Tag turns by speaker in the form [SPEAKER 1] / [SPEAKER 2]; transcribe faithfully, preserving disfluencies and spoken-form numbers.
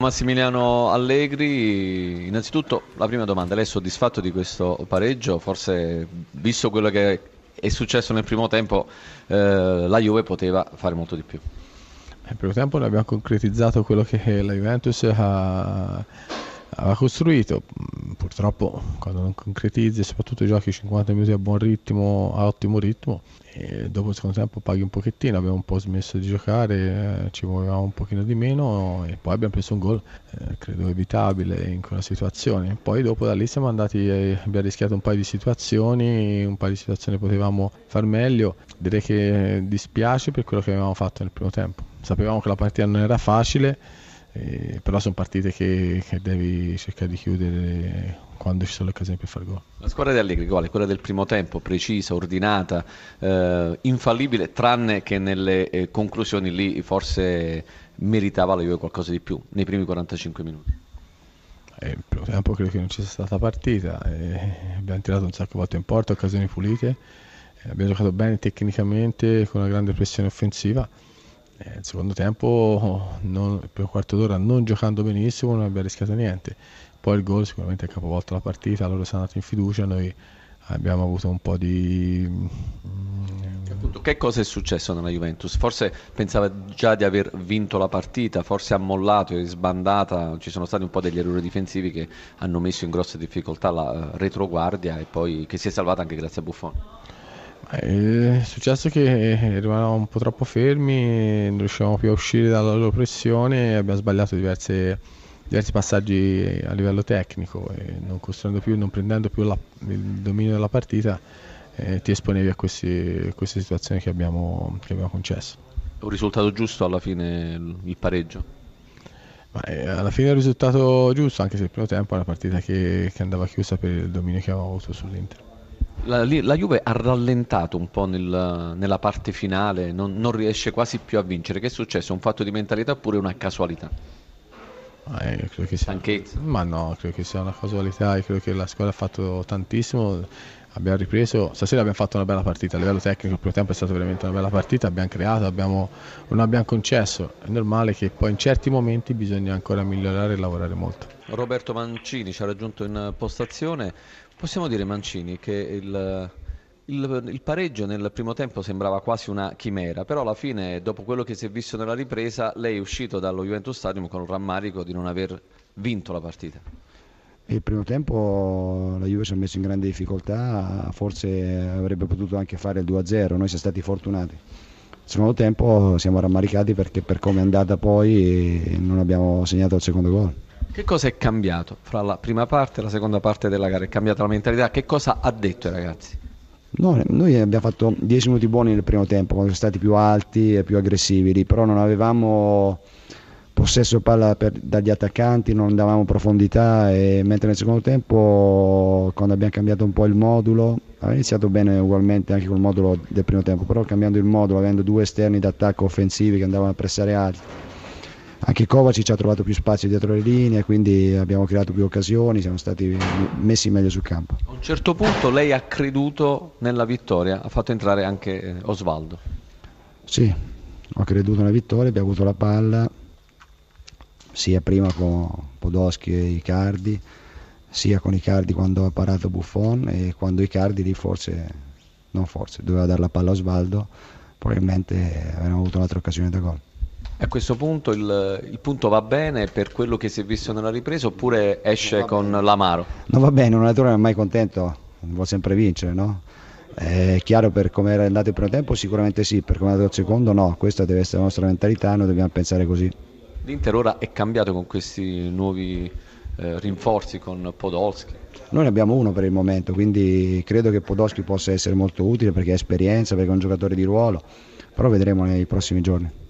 [SPEAKER 1] Massimiliano Allegri, innanzitutto la prima domanda, lei è soddisfatto di questo pareggio? Forse, visto quello che è successo nel primo tempo, eh, la Juve poteva fare molto di più.
[SPEAKER 2] Nel primo tempo noi abbiamo concretizzato quello che la Juventus ha, aveva costruito. Purtroppo quando non concretizzi, soprattutto giochi cinquanta minuti a buon ritmo, a ottimo ritmo, e dopo il secondo tempo paghi un pochettino, abbiamo un po' smesso di giocare, eh, ci muovevamo un pochino di meno e poi abbiamo preso un gol, eh, credo evitabile in quella situazione. Poi dopo da lì siamo andati, eh, abbiamo rischiato un paio di situazioni, un paio di situazioni potevamo far meglio. Direi che dispiace per quello che avevamo fatto nel primo tempo. Sapevamo che la partita non era facile, eh, però sono partite che, che devi cercare di chiudere quando ci sono le occasioni per fare gol.
[SPEAKER 1] La squadra di Allegri, quale? Quella del primo tempo, precisa, ordinata, eh, infallibile, tranne che nelle eh, conclusioni lì forse meritava la Juve qualcosa di più, nei primi quarantacinque minuti.
[SPEAKER 2] Eh, il primo tempo credo che non ci sia stata partita, eh, abbiamo tirato un sacco di volte in porta, occasioni pulite, eh, abbiamo giocato bene tecnicamente con una grande pressione offensiva. Eh, il secondo tempo, non, per un quarto d'ora, non giocando benissimo, non abbiamo rischiato niente. Poi il gol sicuramente ha capovolto la partita, loro sono andati in fiducia, noi abbiamo avuto un po' di...
[SPEAKER 1] Appunto, che cosa è successo nella Juventus? Forse pensava già di aver vinto la partita, forse ha mollato, è sbandata, ci sono stati un po' degli errori difensivi che hanno messo in grossa difficoltà la retroguardia e poi che si è salvata anche grazie a Buffon.
[SPEAKER 2] È successo che eravamo un po' troppo fermi, non riuscivamo più a uscire dalla loro pressione e abbiamo sbagliato diverse, diversi passaggi a livello tecnico e non costruendo più, non prendendo più la, il dominio della partita, eh, ti esponevi a questi, queste situazioni che abbiamo, che abbiamo concesso.
[SPEAKER 1] Un risultato giusto alla fine, il pareggio?
[SPEAKER 2] Ma eh, alla fine è il risultato giusto, anche se il primo tempo è una partita che, che andava chiusa per il dominio che avevamo avuto sull'Inter.
[SPEAKER 1] La, la Juve ha rallentato un po' nel- nella parte finale, non, non riesce quasi più a vincere. Che è successo? Un fatto di mentalità oppure una casualità?
[SPEAKER 2] Ma, eh, credo che sia,
[SPEAKER 1] Stanchezza?
[SPEAKER 2] ma no, credo che sia una casualità, io credo che la squadra ha fatto tantissimo, abbiamo ripreso, stasera abbiamo fatto una bella partita, a livello tecnico il primo tempo è stata veramente una bella partita, abbiamo creato, abbiamo, non abbiamo concesso, è normale che poi in certi momenti bisogna ancora migliorare e lavorare molto.
[SPEAKER 1] Roberto Mancini ci ha raggiunto in postazione. Possiamo dire, Mancini, che il, il- il pareggio nel primo tempo sembrava quasi una chimera, però alla fine, dopo quello che si è visto nella ripresa, lei è uscito dallo Juventus Stadium con un rammarico di non aver vinto la partita.
[SPEAKER 3] Il primo tempo la Juve si è messa in grande difficoltà, forse avrebbe potuto anche fare il due a zero, noi siamo stati fortunati. Il secondo tempo siamo rammaricati perché per come è andata poi non abbiamo segnato il secondo gol.
[SPEAKER 1] Che cosa è cambiato fra la prima parte e la seconda parte della gara? È cambiata la mentalità? Che cosa ha detto ai ragazzi?
[SPEAKER 3] No, noi abbiamo fatto dieci minuti buoni nel primo tempo, quando siamo stati più alti e più aggressivi, lì, però non avevamo possesso palla per- dagli attaccanti, non davamo profondità, e mentre nel secondo tempo, quando abbiamo cambiato un po' il modulo, aveva iniziato bene ugualmente anche col modulo del primo tempo, però cambiando il modulo, avendo due esterni d'attacco offensivi che andavano a pressare alti, anche Kovacic ha trovato più spazio dietro le linee, quindi abbiamo creato più occasioni, siamo stati messi meglio sul campo.
[SPEAKER 1] A un certo punto lei ha creduto nella vittoria, ha fatto entrare anche eh, Osvaldo.
[SPEAKER 3] Sì, ho creduto nella vittoria, abbiamo avuto la palla sia prima con Podolski e Icardi, sia con Icardi quando ha parato Buffon, e quando Icardi lì forse, non forse, doveva dare la palla a Osvaldo, probabilmente avremmo avuto un'altra occasione da gol.
[SPEAKER 1] A questo punto il, il punto va bene per quello che si è visto nella ripresa oppure esce con l'amaro?
[SPEAKER 3] Non va bene, un allenatore non è mai contento, vuole sempre vincere, no? È chiaro, per come era andato il primo tempo sicuramente sì, per come è andato il secondo no, questa deve essere la nostra mentalità, noi dobbiamo pensare così.
[SPEAKER 1] L'Inter ora è cambiato con questi nuovi eh, rinforzi con Podolski.
[SPEAKER 3] Noi ne abbiamo uno per il momento, quindi credo che Podolski possa essere molto utile perché ha esperienza, perché è un giocatore di ruolo, però vedremo nei prossimi giorni.